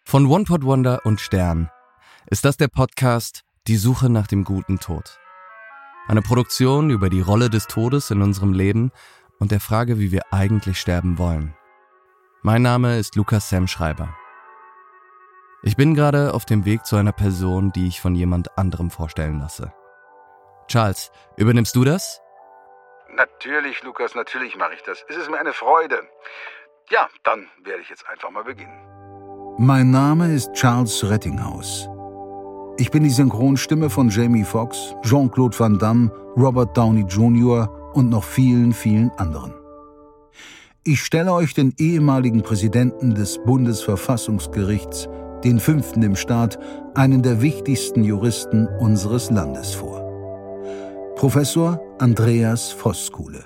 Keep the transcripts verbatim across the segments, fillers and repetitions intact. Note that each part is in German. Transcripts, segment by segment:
Von One Pot Wonder und Stern ist das der Podcast Die Suche nach dem guten Tod. Eine Produktion über die Rolle des Todes in unserem Leben und der Frage, wie wir eigentlich sterben wollen. Mein Name ist Lukas Sam Schreiber. Ich bin gerade auf dem Weg zu einer Person, die ich von jemand anderem vorstellen lasse. Charles, übernimmst du das? Natürlich, Lukas, natürlich mache ich das. Es ist mir eine Freude. Ja, dann werde ich jetzt einfach mal beginnen. Mein Name ist Charles Rettinghaus. Ich bin die Synchronstimme von Jamie Foxx, Jean-Claude Van Damme, Robert Downey Junior und noch vielen, vielen anderen. Ich stelle euch den ehemaligen Präsidenten des Bundesverfassungsgerichts, den fünften im Staat, einen der wichtigsten Juristen unseres Landes vor. Professor Andreas Voskuhle.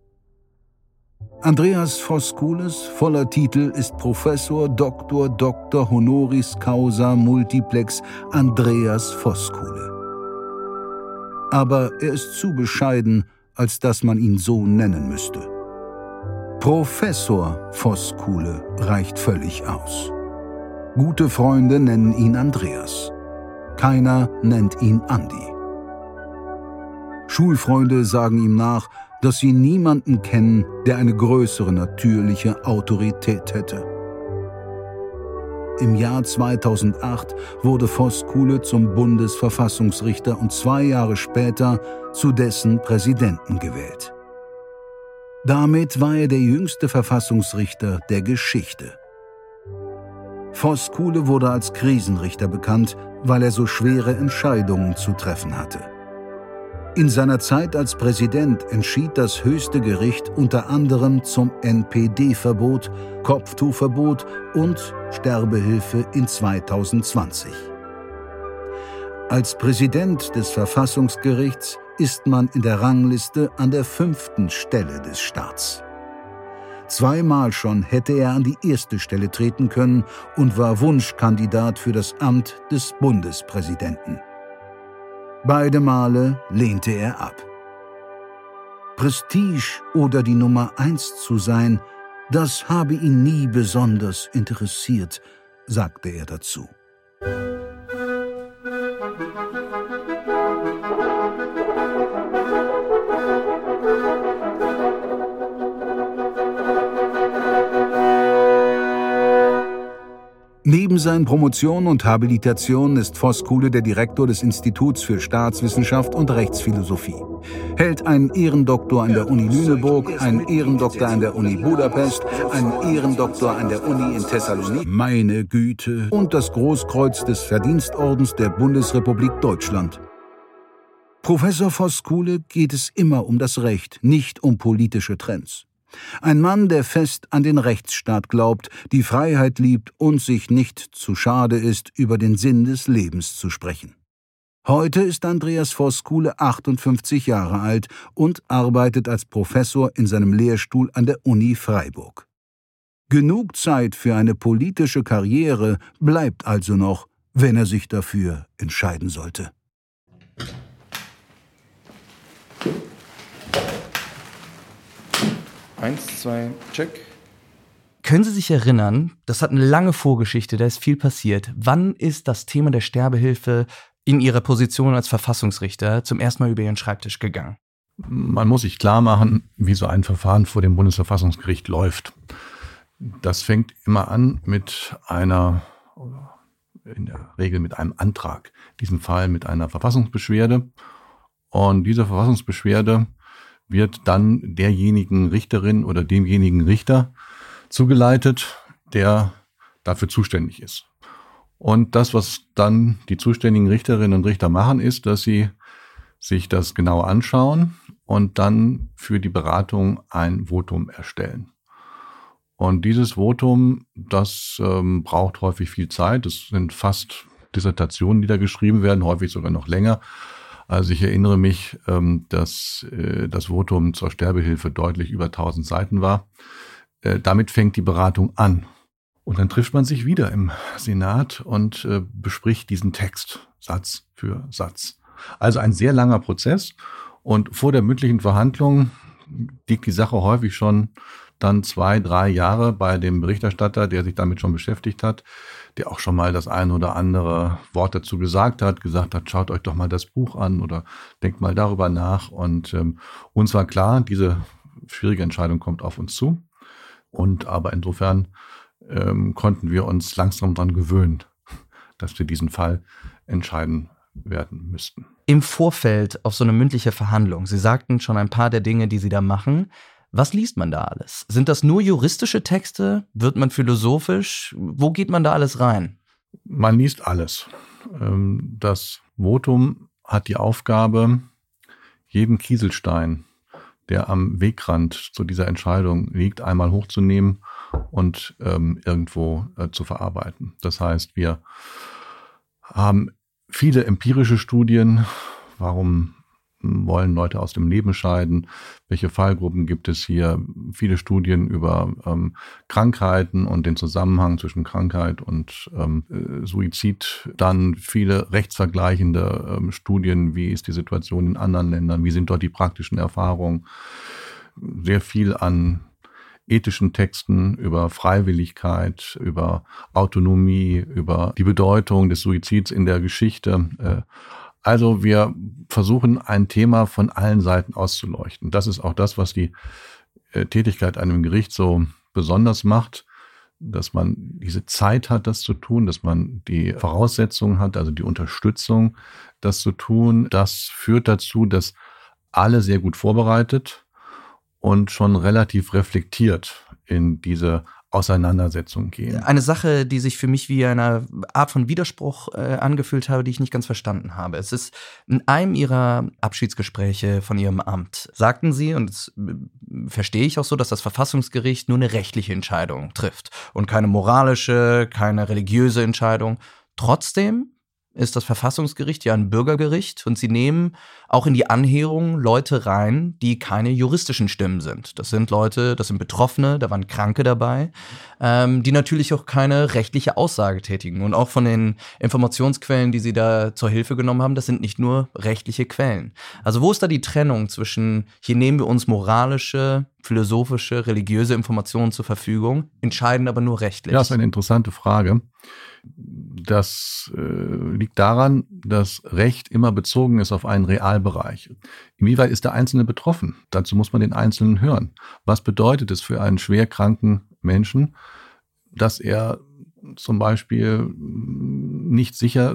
Andreas Voskuhles voller Titel ist Professor Doktor Doktor Honoris Causa Multiplex Andreas Voskuhle. Aber er ist zu bescheiden, als dass man ihn so nennen müsste. Professor Voskuhle reicht völlig aus. Gute Freunde nennen ihn Andreas. Keiner nennt ihn Andi. Schulfreunde sagen ihm nach, dass sie niemanden kennen, der eine größere natürliche Autorität hätte. Im Jahr zweitausendacht wurde Voskuhle zum Bundesverfassungsrichter und zwei Jahre später zu dessen Präsidenten gewählt. Damit war er der jüngste Verfassungsrichter der Geschichte. Voskuhle wurde als Krisenrichter bekannt, weil er so schwere Entscheidungen zu treffen hatte. In seiner Zeit als Präsident entschied das höchste Gericht unter anderem zum N P D-Verbot, Kopftuchverbot und Sterbehilfe in zweitausendzwanzig. Als Präsident des Verfassungsgerichts ist man in der Rangliste an der fünften Stelle des Staats. Zweimal schon hätte er an die erste Stelle treten können und war Wunschkandidat für das Amt des Bundespräsidenten. Beide Male lehnte er ab. Prestige oder die Nummer eins zu sein, das habe ihn nie besonders interessiert, sagte er dazu. Neben seinen Promotionen und Habilitationen ist Voskuhle der Direktor des Instituts für Staatswissenschaft und Rechtsphilosophie, hält einen Ehrendoktor an der Uni Lüneburg, einen Ehrendoktor an der Uni Budapest, einen Ehrendoktor an der Uni in Thessaloniki, meine Güte, und das Großkreuz des Verdienstordens der Bundesrepublik Deutschland. Professor Voskuhle geht es immer um das Recht, nicht um politische Trends. Ein Mann, der fest an den Rechtsstaat glaubt, die Freiheit liebt und sich nicht zu schade ist, über den Sinn des Lebens zu sprechen. Heute ist Andreas Voskuhle achtundfünfzig Jahre alt und arbeitet als Professor in seinem Lehrstuhl an der Uni Freiburg. Genug Zeit für eine politische Karriere bleibt also noch, wenn er sich dafür entscheiden sollte. Eins, zwei, check. Können Sie sich erinnern, das hat eine lange Vorgeschichte, da ist viel passiert. Wann ist das Thema der Sterbehilfe in Ihrer Position als Verfassungsrichter zum ersten Mal über Ihren Schreibtisch gegangen? Man muss sich klar machen, wie so ein Verfahren vor dem Bundesverfassungsgericht läuft. Das fängt immer an mit einer, in der Regel mit einem Antrag, in diesem Fall mit einer Verfassungsbeschwerde. Und diese Verfassungsbeschwerde wird dann derjenigen Richterin oder demjenigen Richter zugeleitet, der dafür zuständig ist. Und das, was dann die zuständigen Richterinnen und Richter machen, ist, dass sie sich das genau anschauen und dann für die Beratung ein Votum erstellen. Und dieses Votum, das ähm, braucht häufig viel Zeit. Das sind fast Dissertationen, die da geschrieben werden, häufig sogar noch länger. Also ich erinnere mich, dass das Votum zur Sterbehilfe deutlich über tausend Seiten war. Damit fängt die Beratung an. Und dann trifft man sich wieder im Senat und bespricht diesen Text Satz für Satz. Also ein sehr langer Prozess. Und vor der mündlichen Verhandlung liegt die Sache häufig schon dann zwei, drei Jahre bei dem Berichterstatter, der sich damit schon beschäftigt hat, der auch schon mal das ein oder andere Wort dazu gesagt hat, gesagt hat, schaut euch doch mal das Buch an oder denkt mal darüber nach. Und ähm, uns war klar, diese schwierige Entscheidung kommt auf uns zu. Und aber insofern ähm, konnten wir uns langsam daran gewöhnen, dass wir diesen Fall entscheiden werden müssten. Im Vorfeld auf so eine mündliche Verhandlung, Sie sagten schon ein paar der Dinge, die Sie da machen. Was liest man da alles? Sind das nur juristische Texte? Wird man philosophisch? Wo geht man da alles rein? Man liest alles. Das Votum hat die Aufgabe, jeden Kieselstein, der am Wegrand zu dieser Entscheidung liegt, einmal hochzunehmen und irgendwo zu verarbeiten. Das heißt, wir haben viele empirische Studien. Warum wollen Leute aus dem Leben scheiden? Welche Fallgruppen gibt es hier? Viele Studien über ähm, Krankheiten und den Zusammenhang zwischen Krankheit und ähm, äh, Suizid. Dann viele rechtsvergleichende ähm, Studien. Wie ist die Situation in anderen Ländern? Wie sind dort die praktischen Erfahrungen? Sehr viel an ethischen Texten über Freiwilligkeit, über Autonomie, über die Bedeutung des Suizids in der Geschichte. Äh, Also wir versuchen, ein Thema von allen Seiten auszuleuchten. Das ist auch das, was die äh, Tätigkeit an einem Gericht so besonders macht, dass man diese Zeit hat, das zu tun, dass man die Voraussetzungen hat, also die Unterstützung, das zu tun. Das führt dazu, dass alle sehr gut vorbereitet und schon relativ reflektiert in diese Auseinandersetzung gehen. Eine Sache, die sich für mich wie eine Art von Widerspruch äh, angefühlt habe, die ich nicht ganz verstanden habe. Es ist in einem Ihrer Abschiedsgespräche von Ihrem Amt, sagten Sie, und das äh, verstehe ich auch so, dass das Verfassungsgericht nur eine rechtliche Entscheidung trifft und keine moralische, keine religiöse Entscheidung. Trotzdem ist das Verfassungsgericht ja ein Bürgergericht und sie nehmen auch in die Anhörung Leute rein, die keine juristischen Stimmen sind. Das sind Leute, das sind Betroffene, da waren Kranke dabei, ähm, die natürlich auch keine rechtliche Aussage tätigen. Und auch von den Informationsquellen, die sie da zur Hilfe genommen haben, das sind nicht nur rechtliche Quellen. Also wo ist da die Trennung zwischen, hier nehmen wir uns moralische, philosophische, religiöse Informationen zur Verfügung, entscheiden aber nur rechtlich? Ja, das ist eine interessante Frage. Das äh, liegt daran, dass Recht immer bezogen ist auf einen Realbereich. Inwieweit ist der Einzelne betroffen? Dazu muss man den Einzelnen hören. Was bedeutet es für einen schwer kranken Menschen, dass er zum Beispiel nicht sicher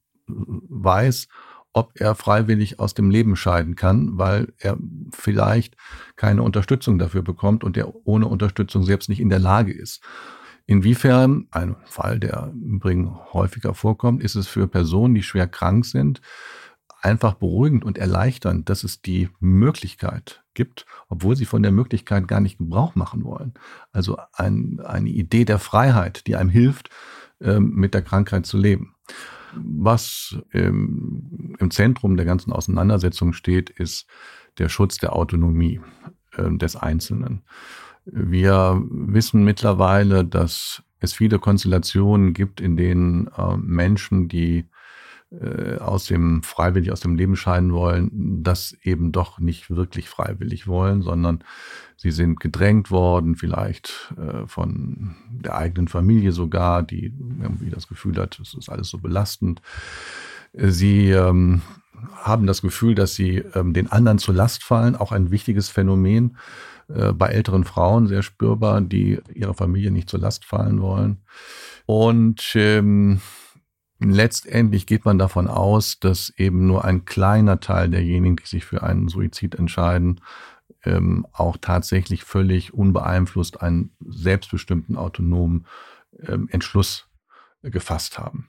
weiß, ob er freiwillig aus dem Leben scheiden kann, weil er vielleicht keine Unterstützung dafür bekommt und er ohne Unterstützung selbst nicht in der Lage ist. Inwiefern, ein Fall, der im Übrigen häufiger vorkommt, ist es für Personen, die schwer krank sind, einfach beruhigend und erleichternd, dass es die Möglichkeit gibt, obwohl sie von der Möglichkeit gar nicht Gebrauch machen wollen. Also ein, eine Idee der Freiheit, die einem hilft, ähm, mit der Krankheit zu leben. Was ähm, im Zentrum der ganzen Auseinandersetzung steht, ist der Schutz der Autonomie äh, des Einzelnen. Wir wissen mittlerweile, dass es viele Konstellationen gibt, in denen äh, Menschen, die äh, aus dem freiwillig aus dem Leben scheiden wollen, das eben doch nicht wirklich freiwillig wollen, sondern sie sind gedrängt worden, vielleicht äh, von der eigenen Familie sogar, die irgendwie das Gefühl hat, es ist alles so belastend. Sie ähm, haben das Gefühl, dass sie ähm, den anderen zur Last fallen, auch ein wichtiges Phänomen bei älteren Frauen sehr spürbar, die ihrer Familie nicht zur Last fallen wollen. Und ähm, letztendlich geht man davon aus, dass eben nur ein kleiner Teil derjenigen, die sich für einen Suizid entscheiden, ähm, auch tatsächlich völlig unbeeinflusst einen selbstbestimmten, autonomen ähm, Entschluss äh, gefasst haben.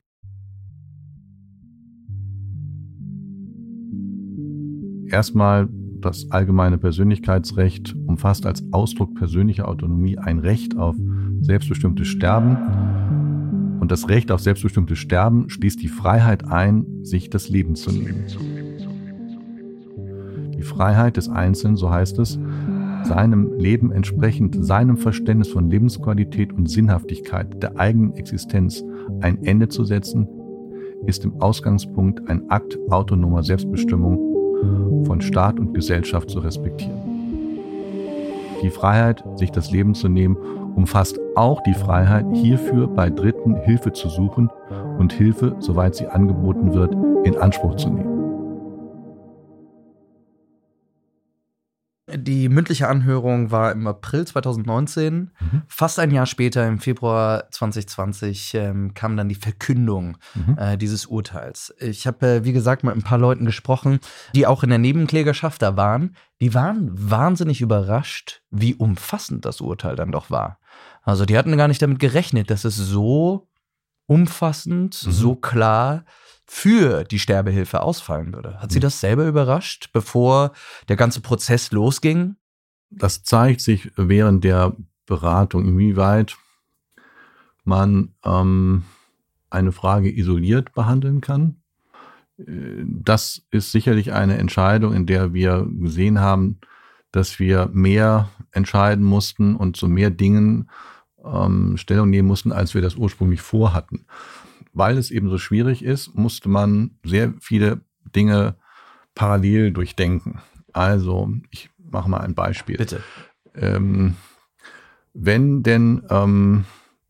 Erstmal, das allgemeine Persönlichkeitsrecht umfasst als Ausdruck persönlicher Autonomie ein Recht auf selbstbestimmtes Sterben. Und das Recht auf selbstbestimmtes Sterben schließt die Freiheit ein, sich das Leben zu nehmen. Die Freiheit des Einzelnen, so heißt es, seinem Leben entsprechend, seinem Verständnis von Lebensqualität und Sinnhaftigkeit der eigenen Existenz ein Ende zu setzen, ist im Ausgangspunkt ein Akt autonomer Selbstbestimmung von Staat und Gesellschaft zu respektieren. Die Freiheit, sich das Leben zu nehmen, umfasst auch die Freiheit, hierfür bei Dritten Hilfe zu suchen und Hilfe, soweit sie angeboten wird, in Anspruch zu nehmen. Die mündliche Anhörung war im April zweitausendneunzehn. Mhm. Fast ein Jahr später, im Februar zwanzig zwanzig, ähm, kam dann die Verkündung mhm. äh, dieses Urteils. Ich habe, äh, wie gesagt, mit ein paar Leuten gesprochen, die auch in der Nebenklägerschaft da waren. Die waren wahnsinnig überrascht, wie umfassend das Urteil dann doch war. Also die hatten gar nicht damit gerechnet, dass es so umfassend, mhm. so klar für die Sterbehilfe ausfallen würde. Hat Sie das selber überrascht, bevor der ganze Prozess losging? Das zeigt sich während der Beratung, inwieweit man ähm, eine Frage isoliert behandeln kann. Das ist sicherlich eine Entscheidung, in der wir gesehen haben, dass wir mehr entscheiden mussten und zu mehr Dingen ähm, Stellung nehmen mussten, als wir das ursprünglich vorhatten. Weil es eben so schwierig ist, musste man sehr viele Dinge parallel durchdenken. Also, ich mache mal ein Beispiel. Bitte. Ähm, wenn denn ähm,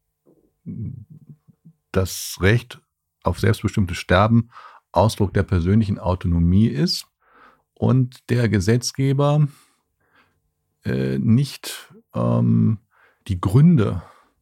das Recht auf selbstbestimmtes Sterben Ausdruck der persönlichen Autonomie ist und der Gesetzgeber äh, nicht ähm, die Gründe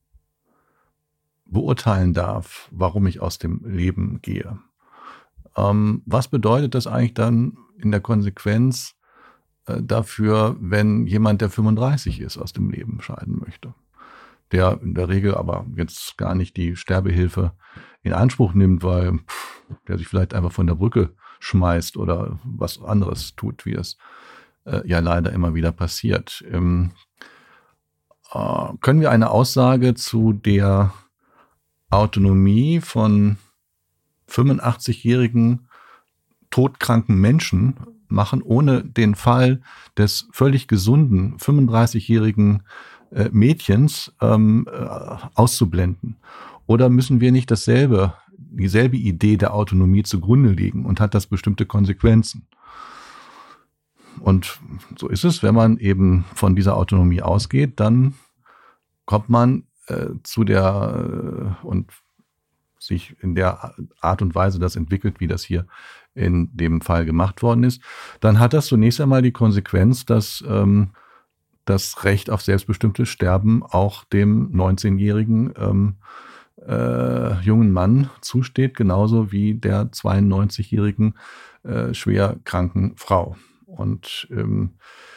beurteilen darf, warum ich aus dem Leben gehe. Ähm, was bedeutet das eigentlich dann in der Konsequenz äh, dafür, wenn jemand, der fünfunddreißig ist, aus dem Leben scheiden möchte? Der in der Regel aber jetzt gar nicht die Sterbehilfe in Anspruch nimmt, weil pff, der sich vielleicht einfach von der Brücke schmeißt oder was anderes tut, wie es äh, ja leider immer wieder passiert. Ähm, äh, können wir eine Aussage zu der Autonomie von fünfundachtzigjährigen todkranken Menschen machen, ohne den Fall des völlig gesunden fünfunddreißigjährigen äh, Mädchens ähm, äh, auszublenden? Oder müssen wir nicht dasselbe, dieselbe Idee der Autonomie zugrunde legen und hat das bestimmte Konsequenzen? Und so ist es, wenn man eben von dieser Autonomie ausgeht, dann kommt man äh, zu der äh, und sich in der Art und Weise das entwickelt, wie das hier in dem Fall gemacht worden ist, dann hat das zunächst einmal die Konsequenz, dass ähm, das Recht auf selbstbestimmtes Sterben auch dem neunzehnjährigen ähm, äh, jungen Mann zusteht, genauso wie der zweiundneunzigjährigen äh, schwer kranken Frau. Und ähm,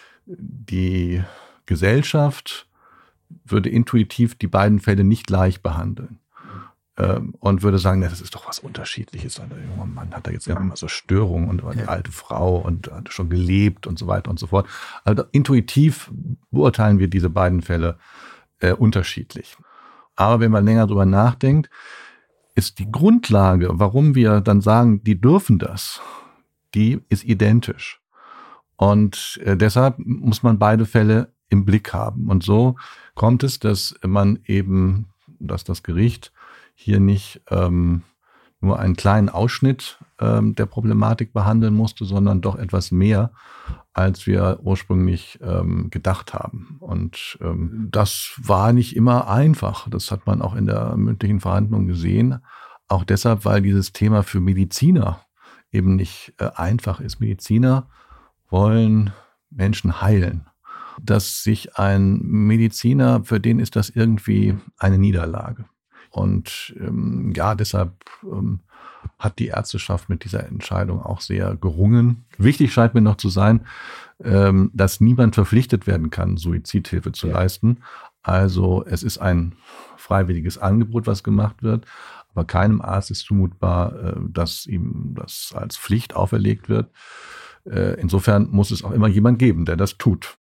die Gesellschaft würde intuitiv die beiden Fälle nicht gleich behandeln. Ähm, und würde sagen, das ist doch was Unterschiedliches. Der junge Mann hat da jetzt immer so Störungen und die alte Frau und hat schon gelebt und so weiter und so fort. Also intuitiv beurteilen wir diese beiden Fälle äh, unterschiedlich. Aber wenn man länger drüber nachdenkt, ist die Grundlage, warum wir dann sagen, die dürfen das, die ist identisch. Und äh, deshalb muss man beide Fälle im Blick haben. Und so kommt es, dass man eben, dass das Gericht hier nicht ähm, nur einen kleinen Ausschnitt ähm, der Problematik behandeln musste, sondern doch etwas mehr, als wir ursprünglich ähm, gedacht haben. Und ähm, das war nicht immer einfach. Das hat man auch in der mündlichen Verhandlung gesehen. Auch deshalb, weil dieses Thema für Mediziner eben nicht äh, einfach ist. Mediziner wollen Menschen heilen. Dass sich ein Mediziner, für den ist das irgendwie eine Niederlage. Und ähm, ja, deshalb ähm, hat die Ärzteschaft mit dieser Entscheidung auch sehr gerungen. Wichtig scheint mir noch zu sein, ähm, dass niemand verpflichtet werden kann, Suizidhilfe zu ja. leisten. Also es ist ein freiwilliges Angebot, was gemacht wird. Aber keinem Arzt ist zumutbar, äh, dass ihm das als Pflicht auferlegt wird. Äh, insofern muss es auch immer jemand geben, der das tut.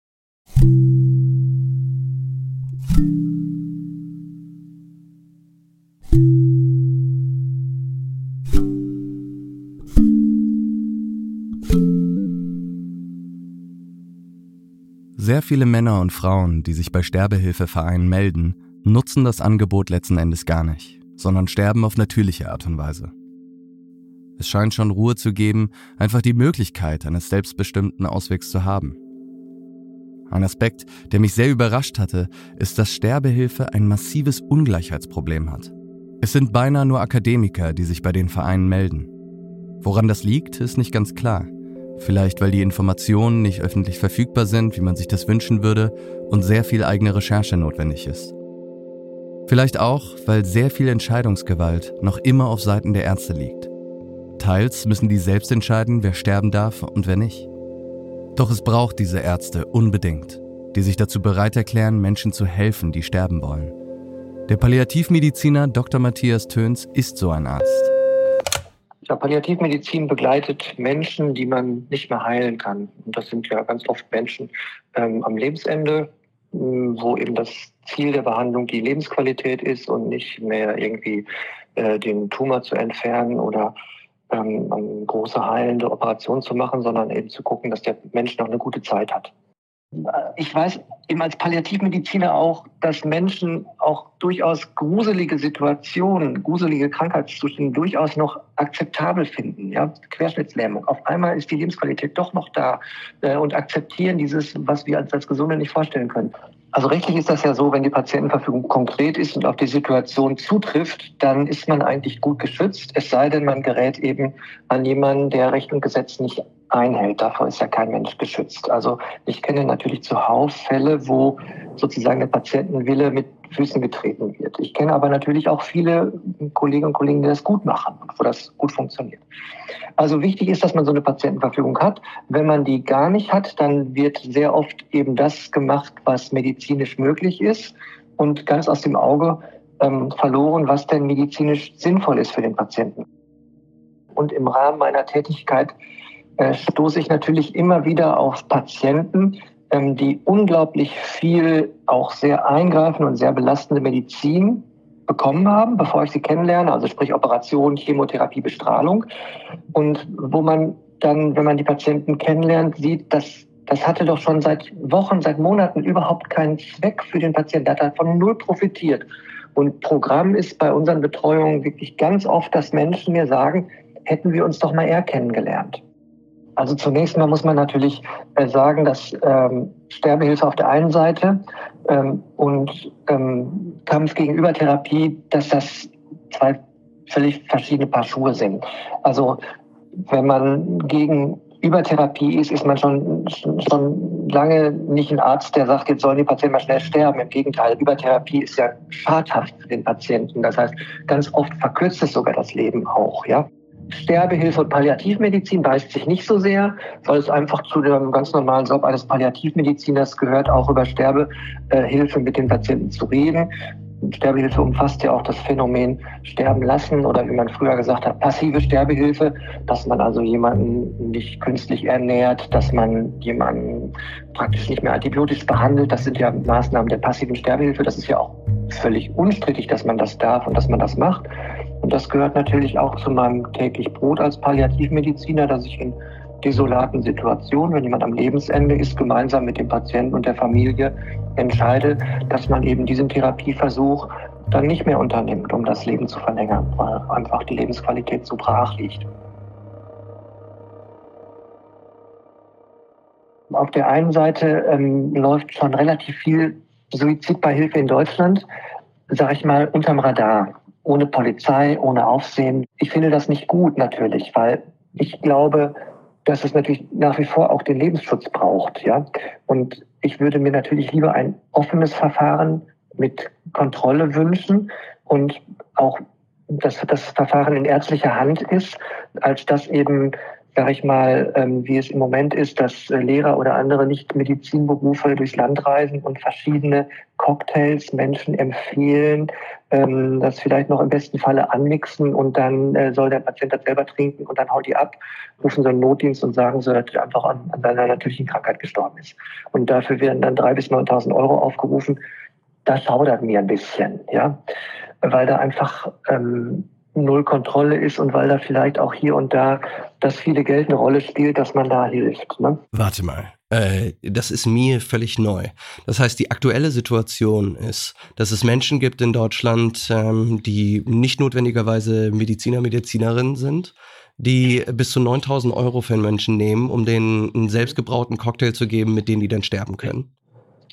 Sehr viele Männer und Frauen, die sich bei Sterbehilfevereinen melden, nutzen das Angebot letzten Endes gar nicht, sondern sterben auf natürliche Art und Weise. Es scheint schon Ruhe zu geben, einfach die Möglichkeit eines selbstbestimmten Auswegs zu haben. Ein Aspekt, der mich sehr überrascht hatte, ist, dass Sterbehilfe ein massives Ungleichheitsproblem hat. Es sind beinahe nur Akademiker, die sich bei den Vereinen melden. Woran das liegt, ist nicht ganz klar. Vielleicht, weil die Informationen nicht öffentlich verfügbar sind, wie man sich das wünschen würde, und sehr viel eigene Recherche notwendig ist. Vielleicht auch, weil sehr viel Entscheidungsgewalt noch immer auf Seiten der Ärzte liegt. Teils müssen die selbst entscheiden, wer sterben darf und wer nicht. Doch es braucht diese Ärzte unbedingt, die sich dazu bereit erklären, Menschen zu helfen, die sterben wollen. Der Palliativmediziner Doktor Matthias Töns ist so ein Arzt. Ja, Palliativmedizin begleitet Menschen, die man nicht mehr heilen kann. Und das sind ja ganz oft Menschen ähm, am Lebensende, ähm, wo eben das Ziel der Behandlung die Lebensqualität ist und nicht mehr irgendwie äh, den Tumor zu entfernen oder ähm, eine große heilende Operation zu machen, sondern eben zu gucken, dass der Mensch noch eine gute Zeit hat. Ich weiß eben als Palliativmediziner auch, dass Menschen auch durchaus gruselige Situationen, gruselige Krankheitszustände durchaus noch akzeptabel finden. Ja? Querschnittslähmung. Auf einmal ist die Lebensqualität doch noch da äh, und akzeptieren dieses, was wir als, als Gesunde nicht vorstellen können. Also rechtlich ist das ja so, wenn die Patientenverfügung konkret ist und auf die Situation zutrifft, dann ist man eigentlich gut geschützt, es sei denn, man gerät eben an jemanden, der Recht und Gesetz nicht einhält. Davor ist ja kein Mensch geschützt. Also ich kenne natürlich zuhauf Fälle, wo sozusagen der Patientenwille mit Füßen getreten wird. Ich kenne aber natürlich auch viele Kolleginnen und Kollegen, die das gut machen und wo das gut funktioniert. Also wichtig ist, dass man so eine Patientenverfügung hat. Wenn man die gar nicht hat, dann wird sehr oft eben das gemacht, was medizinisch möglich ist und ganz aus dem Auge ähm, verloren, was denn medizinisch sinnvoll ist für den Patienten. Und im Rahmen meiner Tätigkeit äh, stoße ich natürlich immer wieder auf Patienten, ähm, die unglaublich viel, auch sehr eingreifende und sehr belastende Medizin bekommen haben, bevor ich sie kennenlerne, also sprich Operation, Chemotherapie, Bestrahlung. Und wo man dann, wenn man die Patienten kennenlernt, sieht, dass das hatte doch schon seit Wochen, seit Monaten überhaupt keinen Zweck für den Patienten. Der hat davon null profitiert. Und Programm ist bei unseren Betreuungen wirklich ganz oft, dass Menschen mir sagen, hätten wir uns doch mal eher kennengelernt. Also zunächst mal muss man natürlich äh, sagen, dass ähm, Sterbehilfe auf der einen Seite ähm, und ähm, Kampf gegen Übertherapie, dass das zwei völlig verschiedene Paar Schuhe sind. Also wenn man gegen Übertherapie ist, ist man schon, schon lange nicht ein Arzt, der sagt, jetzt sollen die Patienten mal schnell sterben. Im Gegenteil, Übertherapie ist ja schadhaft für den Patienten. Das heißt, ganz oft verkürzt es sogar das Leben auch, ja. Sterbehilfe und Palliativmedizin beißt sich nicht so sehr, weil es einfach zu dem ganz normalen Job eines Palliativmediziners gehört, auch über Sterbehilfe mit den Patienten zu reden. Sterbehilfe umfasst ja auch das Phänomen Sterben lassen oder wie man früher gesagt hat, passive Sterbehilfe, dass man also jemanden nicht künstlich ernährt, dass man jemanden praktisch nicht mehr antibiotisch behandelt. Das sind ja Maßnahmen der passiven Sterbehilfe. Das ist ja auch völlig unstrittig, dass man das darf und dass man das macht. Und das gehört natürlich auch zu meinem täglich Brot als Palliativmediziner, dass ich in desolaten Situationen, wenn jemand am Lebensende ist, gemeinsam mit dem Patienten und der Familie entscheide, dass man eben diesen Therapieversuch dann nicht mehr unternimmt, um das Leben zu verlängern, weil einfach die Lebensqualität so brach liegt. Auf der einen Seite ähm, läuft schon relativ viel Suizidbeihilfe in Deutschland, sage ich mal, unterm Radar. Ohne Polizei, ohne Aufsehen. Ich finde das nicht gut natürlich, weil ich glaube, dass es natürlich nach wie vor auch den Lebensschutz braucht, ja. Und ich würde mir natürlich lieber ein offenes Verfahren mit Kontrolle wünschen und auch, dass das Verfahren in ärztlicher Hand ist, als dass eben, sage ich mal, wie es im Moment ist, dass Lehrer oder andere Nicht-Medizinberufe durchs Land reisen und verschiedene Cocktails Menschen empfehlen, das vielleicht noch im besten Falle anmixen und dann soll der Patient das selber trinken und dann haut die ab, rufen so einen Notdienst und sagen so, dass er einfach an, an seiner natürlichen Krankheit gestorben ist. Und dafür werden dann drei bis neuntausend Euro aufgerufen. Das schaudert mir ein bisschen, ja, weil da einfach ähm, null Kontrolle ist und weil da vielleicht auch hier und da das viele Geld eine Rolle spielt, dass man da hilft. Ne? Warte mal, äh, das ist mir völlig neu. Das heißt, die aktuelle Situation ist, dass es Menschen gibt in Deutschland, ähm, die nicht notwendigerweise Mediziner, Medizinerinnen sind, die bis zu neuntausend Euro für einen Menschen nehmen, um denen einen selbstgebrauten Cocktail zu geben, mit dem die dann sterben können.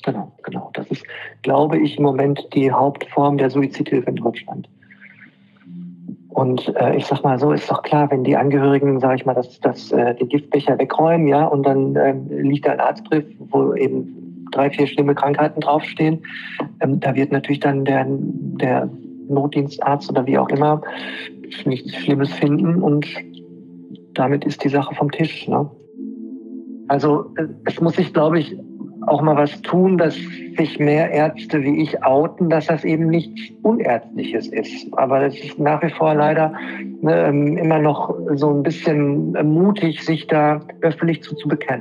Genau, genau. Das ist, glaube ich, im Moment die Hauptform der Suizidhilfe in Deutschland. Und äh, ich sag mal so, ist doch klar, wenn die Angehörigen, sage ich mal, das, das, äh, den Giftbecher wegräumen, ja, und dann äh, liegt da ein Arztbrief, wo eben drei, vier schlimme Krankheiten draufstehen, ähm, da wird natürlich dann der, der Notdienstarzt oder wie auch immer nichts Schlimmes finden und damit ist die Sache vom Tisch. Ne? Also es muss sich, glaube ich, auch mal was tun, dass sich mehr Ärzte wie ich outen, dass das eben nichts Unärztliches ist. Aber es ist nach wie vor leider ne, immer noch so ein bisschen mutig, sich da öffentlich zu, zu bekennen.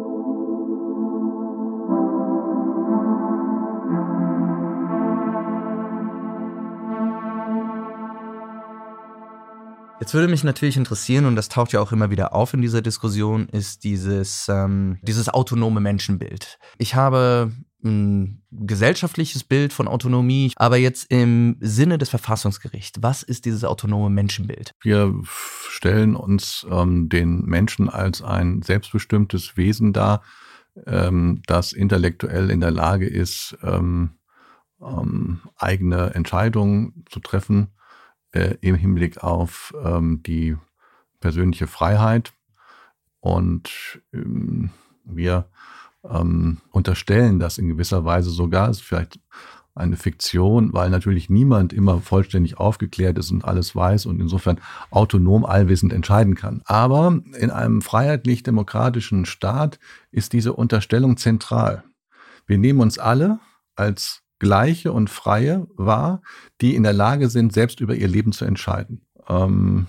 Jetzt würde mich natürlich interessieren, und das taucht ja auch immer wieder auf in dieser Diskussion, ist dieses, ähm, dieses autonome Menschenbild. Ich habe ein gesellschaftliches Bild von Autonomie, aber jetzt im Sinne des Verfassungsgerichts. Was ist dieses autonome Menschenbild? Wir stellen uns ähm, den Menschen als ein selbstbestimmtes Wesen dar, ähm, das intellektuell in der Lage ist, ähm, ähm, eigene Entscheidungen zu treffen, Äh, im Hinblick auf ähm, die persönliche Freiheit. Und ähm, wir ähm, unterstellen das in gewisser Weise sogar, ist vielleicht eine Fiktion, weil natürlich niemand immer vollständig aufgeklärt ist und alles weiß und insofern autonom allwissend entscheiden kann. Aber in einem freiheitlich-demokratischen Staat ist diese Unterstellung zentral. Wir nehmen uns alle als Gleiche und Freie wahr, die in der Lage sind, selbst über ihr Leben zu entscheiden. Ähm,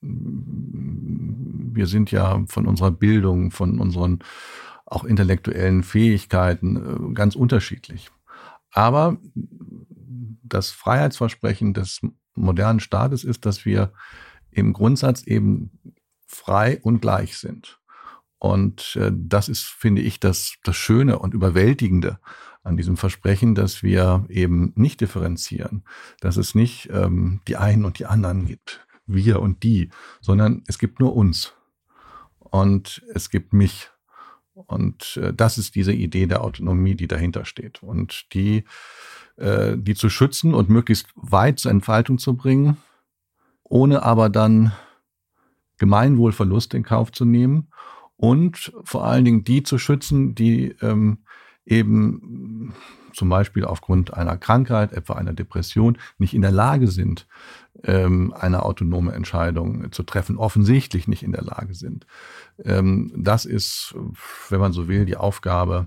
wir sind ja von unserer Bildung, von unseren auch intellektuellen Fähigkeiten äh, ganz unterschiedlich. Aber das Freiheitsversprechen des modernen Staates ist, dass wir im Grundsatz eben frei und gleich sind. Und äh, das ist, finde ich, das, das Schöne und Überwältigende an diesem Versprechen, dass wir eben nicht differenzieren, dass es nicht ähm, die einen und die anderen gibt, wir und die, sondern es gibt nur uns und es gibt mich. Und äh, das ist diese Idee der Autonomie, die dahinter steht und die, äh, die zu schützen und möglichst weit zur Entfaltung zu bringen, ohne aber dann Gemeinwohlverlust in Kauf zu nehmen und vor allen Dingen die zu schützen, die ähm, eben zum Beispiel aufgrund einer Krankheit, etwa einer Depression, nicht in der Lage sind, ähm, eine autonome Entscheidung zu treffen, offensichtlich nicht in der Lage sind. Ähm, das ist, wenn man so will, die Aufgabe,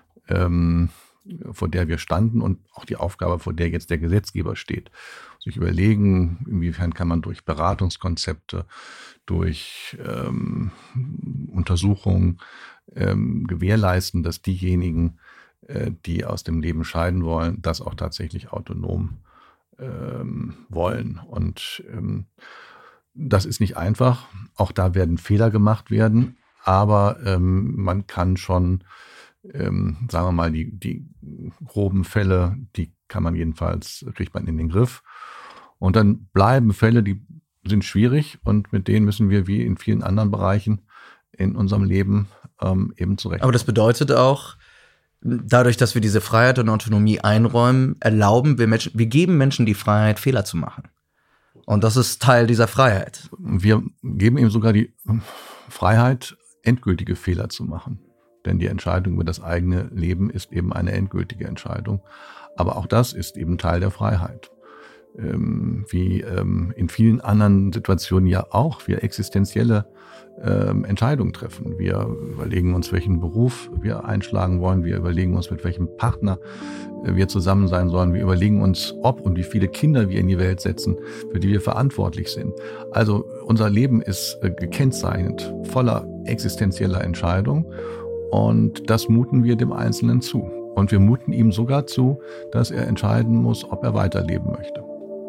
ähm, vor der wir standen und auch die Aufgabe, vor der jetzt der Gesetzgeber steht. Sich überlegen, inwiefern kann man durch Beratungskonzepte, durch ähm, Untersuchungen ähm, gewährleisten, dass diejenigen, äh, die aus dem Leben scheiden wollen, das auch tatsächlich autonom ähm, wollen. Und ähm, das ist nicht einfach. Auch da werden Fehler gemacht werden, aber ähm, man kann schon, ähm, sagen wir mal, die, die groben Fälle, die kann man jedenfalls, kriegt man in den Griff. Und dann bleiben Fälle, die sind schwierig und mit denen müssen wir wie in vielen anderen Bereichen in unserem Leben ähm, eben zurechtkommen. Aber das bedeutet auch, dadurch, dass wir diese Freiheit und Autonomie einräumen, erlauben wir Menschen, wir geben Menschen die Freiheit, Fehler zu machen. Und das ist Teil dieser Freiheit. Wir geben ihm sogar die Freiheit, endgültige Fehler zu machen. Denn die Entscheidung über das eigene Leben ist eben eine endgültige Entscheidung. Aber auch das ist eben Teil der Freiheit. Ähm, wie ähm, in vielen anderen Situationen ja auch, wir existenzielle ähm, Entscheidungen treffen. Wir überlegen uns, welchen Beruf wir einschlagen wollen. Wir überlegen uns, mit welchem Partner äh, wir zusammen sein sollen. Wir überlegen uns, ob und wie viele Kinder wir in die Welt setzen, für die wir verantwortlich sind. Also unser Leben ist äh, gekennzeichnet, voller existenzieller Entscheidungen. Und das muten wir dem Einzelnen zu. Und wir muten ihm sogar zu, dass er entscheiden muss, ob er weiterleben möchte.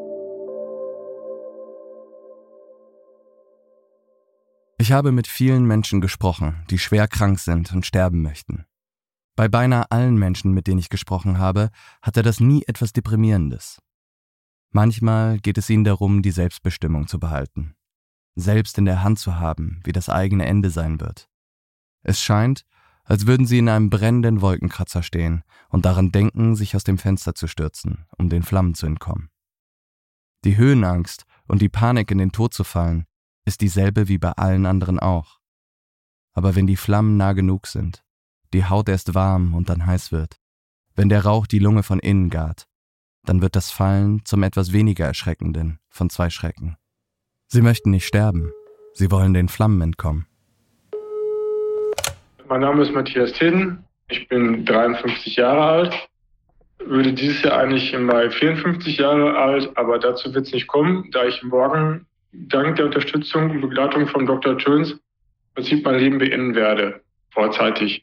Ich habe mit vielen Menschen gesprochen, die schwer krank sind und sterben möchten. Bei beinahe allen Menschen, mit denen ich gesprochen habe, hatte das nie etwas Deprimierendes. Manchmal geht es ihnen darum, die Selbstbestimmung zu behalten, selbst in der Hand zu haben, wie das eigene Ende sein wird. Es scheint, als würden sie in einem brennenden Wolkenkratzer stehen und daran denken, sich aus dem Fenster zu stürzen, um den Flammen zu entkommen. Die Höhenangst und die Panik, in den Tod zu fallen, ist dieselbe wie bei allen anderen auch. Aber wenn die Flammen nah genug sind, die Haut erst warm und dann heiß wird, wenn der Rauch die Lunge von innen gart, dann wird das Fallen zum etwas weniger Erschreckenden von zwei Schrecken. Sie möchten nicht sterben, sie wollen den Flammen entkommen. Mein Name ist Matthias Teden, ich bin dreiundfünfzig Jahre alt, würde dieses Jahr eigentlich im Mai vierundfünfzig Jahre alt, aber dazu wird es nicht kommen, da ich morgen dank der Unterstützung und Begleitung von Doktor Töns im Prinzip mein Leben beenden werde, vorzeitig.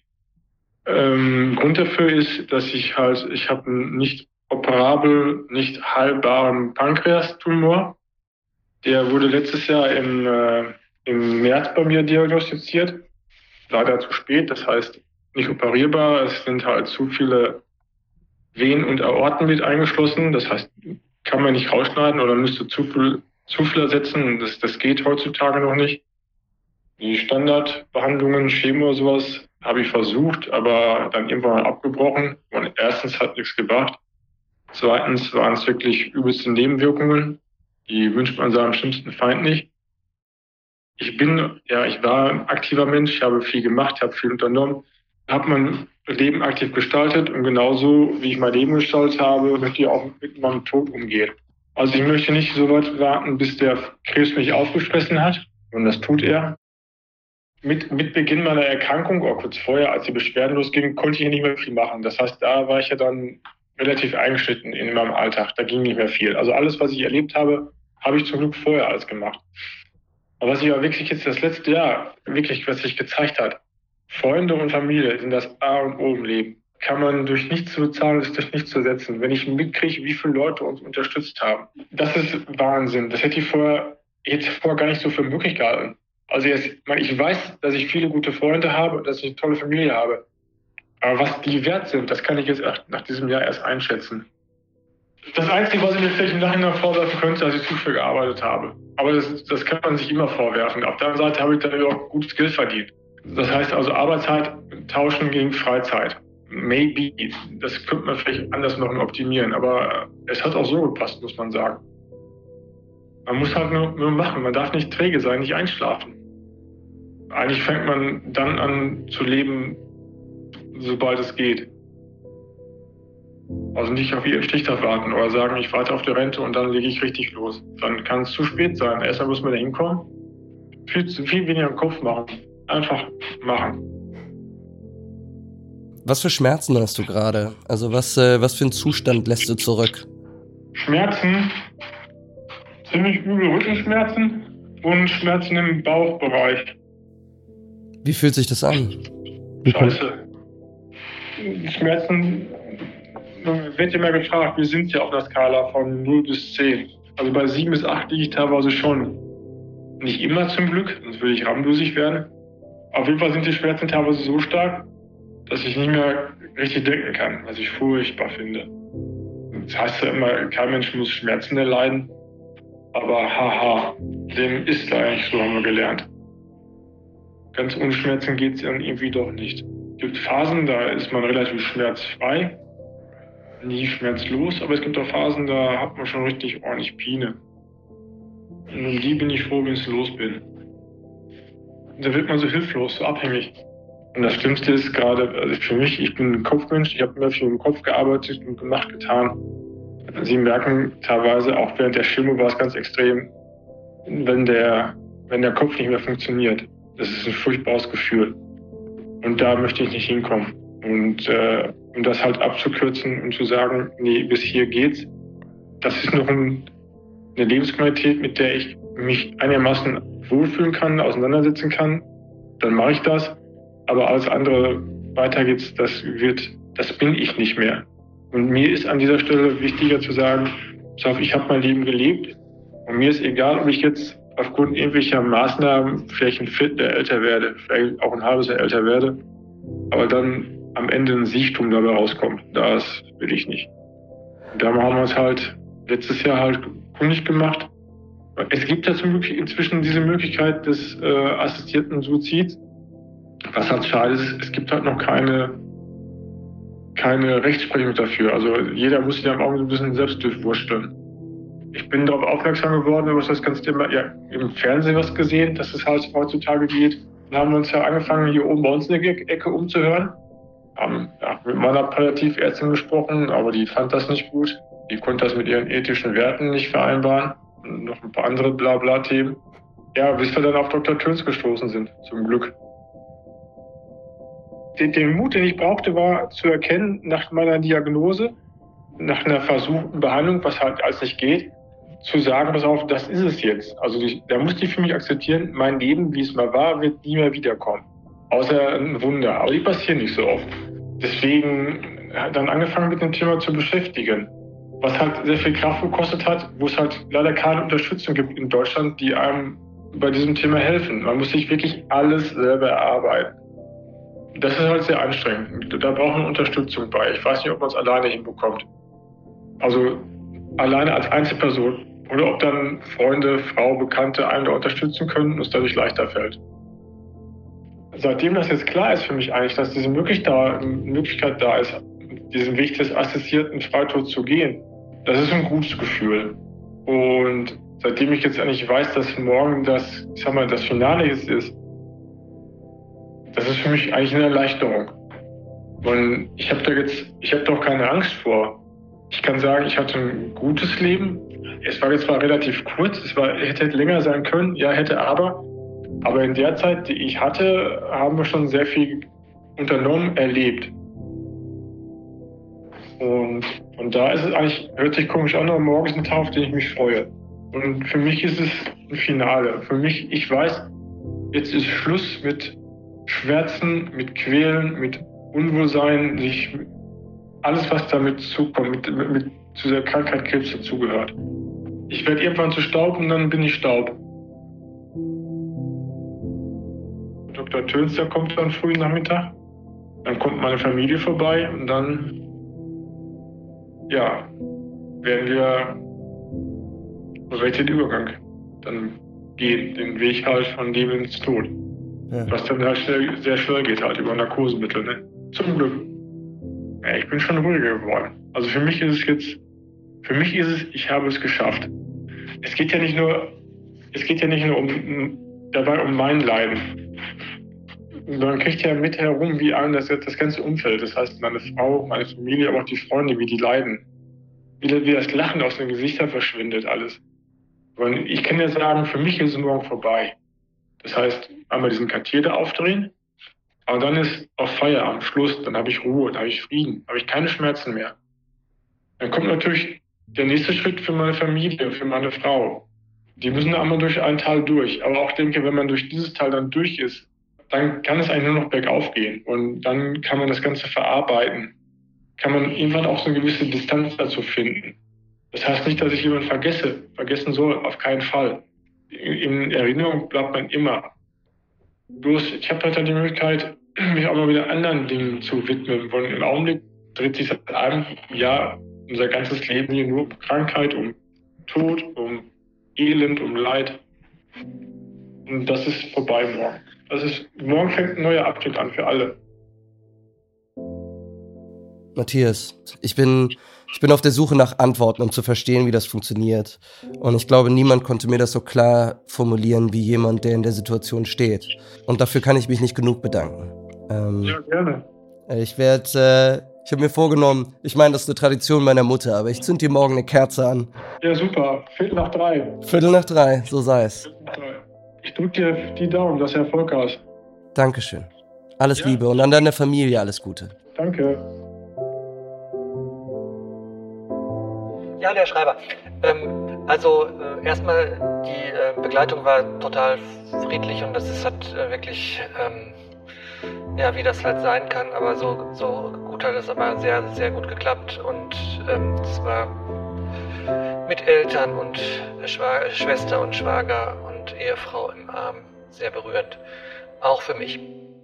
Ähm, Grund dafür ist, dass ich halt, ich habe einen nicht operabel, nicht heilbaren Pankreastumor. Der wurde letztes Jahr im, äh, im März bei mir diagnostiziert. Leider zu spät, das heißt nicht operierbar. Es sind halt zu viele Venen und Aorten mit eingeschlossen. Das heißt, kann man nicht rausschneiden oder müsste zu viel, zu viel ersetzen. Das, das geht heutzutage noch nicht. Die Standardbehandlungen, Chemo, sowas habe ich versucht, aber dann irgendwann mal abgebrochen. Und erstens hat nichts gebracht. Zweitens waren es wirklich übelste Nebenwirkungen. Die wünscht man seinem schlimmsten Feind nicht. Ich bin, ja, ich war ein aktiver Mensch, ich habe viel gemacht, habe viel unternommen, habe mein Leben aktiv gestaltet und genauso, wie ich mein Leben gestaltet habe, möchte ich auch mit meinem Tod umgehen. Also ich möchte nicht so weit warten, bis der Krebs mich aufgefressen hat, und das tut er. Mit, mit Beginn meiner Erkrankung, oder kurz vorher, als die Beschwerden losgingen, konnte ich nicht mehr viel machen. Das heißt, da war ich ja dann relativ eingeschnitten in meinem Alltag, da ging nicht mehr viel. Also alles, was ich erlebt habe, habe ich zum Glück vorher alles gemacht. Aber was sich aber wirklich jetzt das letzte Jahr, wirklich, was sich gezeigt hat, Freunde und Familie sind das A und O im Leben. Kann man durch nichts zu bezahlen, ist durch nichts zu ersetzen. Wenn ich mitkriege, wie viele Leute uns unterstützt haben, das ist Wahnsinn. Das hätte ich vorher, jetzt vorher gar nicht so für möglich gehalten. Also jetzt, ich meine, ich weiß, dass ich viele gute Freunde habe und dass ich eine tolle Familie habe. Aber was die wert sind, das kann ich jetzt nach diesem Jahr erst einschätzen. Das Einzige, was ich mir vielleicht im Nachhinein vorwerfen könnte, dass ich zu viel gearbeitet habe. Aber das, das kann man sich immer vorwerfen. Auf der anderen Seite habe ich dann auch gutes Geld verdient. Das heißt also Arbeitszeit tauschen gegen Freizeit. Maybe. Das könnte man vielleicht anders noch optimieren. Aber es hat auch so gepasst, muss man sagen. Man muss halt nur, nur machen. Man darf nicht träge sein, nicht einschlafen. Eigentlich fängt man dann an zu leben, sobald es geht. Also nicht auf ihren Stichtag warten oder sagen, ich warte auf die Rente und dann lege ich richtig los. Dann kann es zu spät sein. Erstmal muss man da hinkommen. Viel, viel weniger im Kopf machen. Einfach machen. Was für Schmerzen hast du gerade? Also was, äh, was für einen Zustand lässt du zurück? Schmerzen, ziemlich üble Rückenschmerzen und Schmerzen im Bauchbereich. Wie fühlt sich das an? Scheiße. Die Schmerzen, wird immer gefragt, wie sind sie auf der Skala von null bis zehn? Also bei sieben bis acht liege ich teilweise schon. Nicht immer zum Glück, sonst würde ich rahmdusig werden. Auf jeden Fall sind die Schmerzen teilweise so stark, dass ich nicht mehr richtig denken kann, was ich furchtbar finde. Das heißt ja immer, kein Mensch muss Schmerzen erleiden. Aber haha, dem ist eigentlich so, haben wir gelernt. Ganz ohne Schmerzen geht es dann irgendwie doch nicht. Es gibt Phasen, da ist man relativ schmerzfrei, nie schmerzlos, aber es gibt auch Phasen, da hat man schon richtig ordentlich Pine. Und um die bin ich froh, wenn ich los bin. Da wird man so hilflos, so abhängig. Und das Schlimmste ist gerade, also für mich, ich bin ein Kopfmensch, ich habe immer viel im Kopf gearbeitet und gemacht, getan. Sie merken teilweise, auch während der Chemo war es ganz extrem, wenn der, wenn der Kopf nicht mehr funktioniert. Das ist ein furchtbares Gefühl. Und da möchte ich nicht hinkommen. Und äh, um das halt abzukürzen und zu sagen, nee, bis hier geht's, das ist noch ein, eine Lebensqualität, mit der ich mich einigermaßen wohlfühlen kann, auseinandersetzen kann, dann mache ich das. Aber alles andere, weiter geht's, das wird, das bin ich nicht mehr. Und mir ist an dieser Stelle wichtiger zu sagen, ich habe mein Leben gelebt und mir ist egal, ob ich jetzt aufgrund irgendwelcher Maßnahmen vielleicht ein Viertel älter werde, vielleicht auch ein halbes Jahr älter werde, aber dann am Ende ein Siechtum dabei rauskommt. Das will ich nicht. Und da haben wir es halt letztes Jahr halt kundig gemacht. Es gibt ja zum Glück inzwischen diese Möglichkeit des äh, assistierten Suizids, Was halt schade ist, es gibt halt noch keine, keine Rechtsprechung dafür. Also jeder muss sich da im Augenblick ein bisschen selbst durchwursteln. Ich bin darauf aufmerksam geworden, über das ganze Thema, ja, im Fernsehen was gesehen, dass es halt heutzutage geht. Dann haben wir uns ja angefangen, hier oben bei uns in der Ecke umzuhören. Haben ja, mit meiner Palliativärztin gesprochen, aber die fand das nicht gut. Die konnte das mit ihren ethischen Werten nicht vereinbaren. Und noch ein paar andere Blabla-Themen. Ja, bis wir dann auf Doktor Töns gestoßen sind, zum Glück. Den, den Mut, den ich brauchte, war zu erkennen, nach meiner Diagnose, nach einer versuchten Behandlung, was halt alles nicht geht, zu sagen, pass auf, das ist es jetzt. Also die, da musste ich für mich akzeptieren, mein Leben, wie es mal war, wird nie mehr wiederkommen. Außer ein Wunder. Aber die passieren nicht so oft. Deswegen dann angefangen, mit dem Thema zu beschäftigen. Was halt sehr viel Kraft gekostet hat, wo es halt leider keine Unterstützung gibt in Deutschland, die einem bei diesem Thema helfen. Man muss sich wirklich alles selber erarbeiten. Das ist halt sehr anstrengend. Da braucht man Unterstützung bei. Ich weiß nicht, ob man es alleine hinbekommt. Also alleine als Einzelperson. Oder ob dann Freunde, Frau, Bekannte einen da unterstützen können und es dadurch leichter fällt. Seitdem das jetzt klar ist für mich eigentlich, dass diese Möglichkeit da ist, diesen Weg des assistierten Freitods zu gehen, das ist ein gutes Gefühl. Und seitdem ich jetzt eigentlich weiß, dass morgen das, ich sag mal, das Finale jetzt ist, das ist für mich eigentlich eine Erleichterung. Und ich habe da jetzt, ich habe doch keine Angst vor. Ich kann sagen, ich hatte ein gutes Leben. Es war jetzt zwar relativ kurz, es war, hätte länger sein können, ja, hätte aber. Aber in der Zeit, die ich hatte, haben wir schon sehr viel unternommen, erlebt. Und, und da ist es eigentlich, hört sich komisch an, aber morgen ist ein Tag, auf den ich mich freue. Und für mich ist es ein Finale. Für mich, ich weiß, jetzt ist Schluss mit Schmerzen, mit Quälen, mit Unwohlsein, sich alles, was damit zukommt, mit, mit, mit zu der Krankheit Krebs dazugehört. Ich werde irgendwann zu Staub und dann bin ich Staub. Doktor Töns, der kommt dann früh Nachmittag. Dann kommt meine Familie vorbei und dann, ja, werden wir den Übergang dann gehen, den Weg halt von Leben ins Tod. Ja. Was dann halt schnell, sehr schnell geht, halt über Narkosemittel, ne? Zum Glück. Ja, ich bin schon ruhiger geworden. Also für mich ist es jetzt, für mich ist es, ich habe es geschafft. Es geht ja nicht nur, es geht ja nicht nur um, dabei um mein Leiden. Man kriegt ja mit herum, wie einem das, das ganze Umfeld, das heißt meine Frau, meine Familie, aber auch die Freunde, wie die leiden. Wie, wie das Lachen aus den Gesichtern verschwindet, alles. Und ich kann ja sagen, für mich ist es morgen vorbei. Das heißt, einmal diesen Katheter aufdrehen, aber dann ist auf Feierabend, Schluss, dann habe ich Ruhe, dann habe ich Frieden, habe ich keine Schmerzen mehr. Dann kommt natürlich der nächste Schritt für meine Familie, für meine Frau. Die müssen da einmal durch ein Tal durch. Aber auch denke, wenn man durch dieses Tal dann durch ist, dann kann es eigentlich nur noch bergauf gehen. Und dann kann man das Ganze verarbeiten. Kann man irgendwann auch so eine gewisse Distanz dazu finden. Das heißt nicht, dass ich jemanden vergesse, vergessen soll, auf keinen Fall. In Erinnerung bleibt man immer. Bloß, ich habe halt dann die Möglichkeit, mich auch mal wieder anderen Dingen zu widmen. Und im Augenblick dreht sich seit einem Jahr unser ganzes Leben hier nur um Krankheit, um Tod, um Elend, um Leid. Und das ist vorbei morgen. Das ist, morgen fängt ein neuer Abschnitt an für alle. Matthias, ich bin, ich bin auf der Suche nach Antworten, um zu verstehen, wie das funktioniert. Und ich glaube, niemand konnte mir das so klar formulieren, wie jemand, der in der Situation steht. Und dafür kann ich mich nicht genug bedanken. Ähm, ja, gerne. Ich werde, äh, ich habe mir vorgenommen, ich meine, das ist eine Tradition meiner Mutter, aber ich zünd dir morgen eine Kerze an. Ja, super. Viertel nach drei. Viertel nach drei, so sei es. Ich drücke dir die Daumen, dass du Erfolg hast. Dankeschön. Alles ja. Liebe und an deine Familie alles Gute. Danke. Ja, Herr Schreiber. Ähm, also äh, erstmal, die äh, Begleitung war total friedlich und das ist, hat äh, wirklich, ähm, ja, wie das halt sein kann, aber so, so gut hat es aber sehr, sehr gut geklappt und ähm, es war mit Eltern und Schwa- Schwester und Schwager und Ehefrau im Arm sehr berührend. Auch für mich.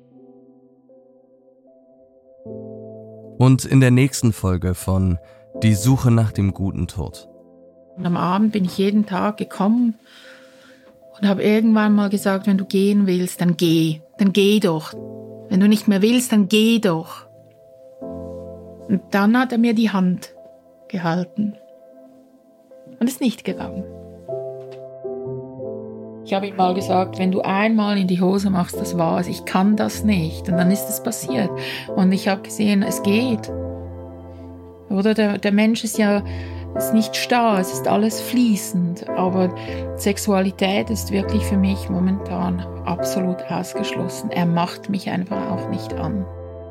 Und in der nächsten Folge von Die Suche nach dem guten Tod. Und am Abend bin ich jeden Tag gekommen und habe irgendwann mal gesagt, wenn du gehen willst, dann geh. Dann geh doch. Wenn du nicht mehr willst, dann geh doch. Und dann hat er mir die Hand gehalten und ist nicht gegangen. Ich habe ihm mal gesagt, wenn du einmal in die Hose machst, das war's, ich kann das nicht. Und dann ist es passiert. Und ich habe gesehen, es geht. Oder der, der Mensch ist ja ist nicht starr, es ist alles fließend. Aber Sexualität ist wirklich für mich momentan absolut ausgeschlossen. Er macht mich einfach auch nicht an.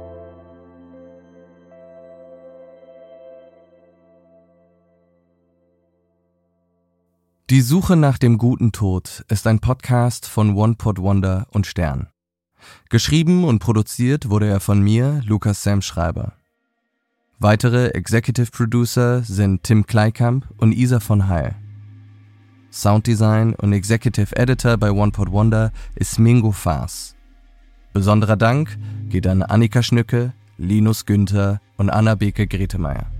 Die Suche nach dem guten Tod ist ein Podcast von One Pot Wonder und Stern. Geschrieben und produziert wurde er von mir, Lukas Sam Schreiber. Weitere Executive Producer sind Tim Kleikamp und Isa von Heil. Sounddesign und Executive Editor bei One Pot Wonder ist Mingo Faas. Besonderer Dank geht an Annika Schnücke, Linus Günther und Anna-Beke Gretemeyer.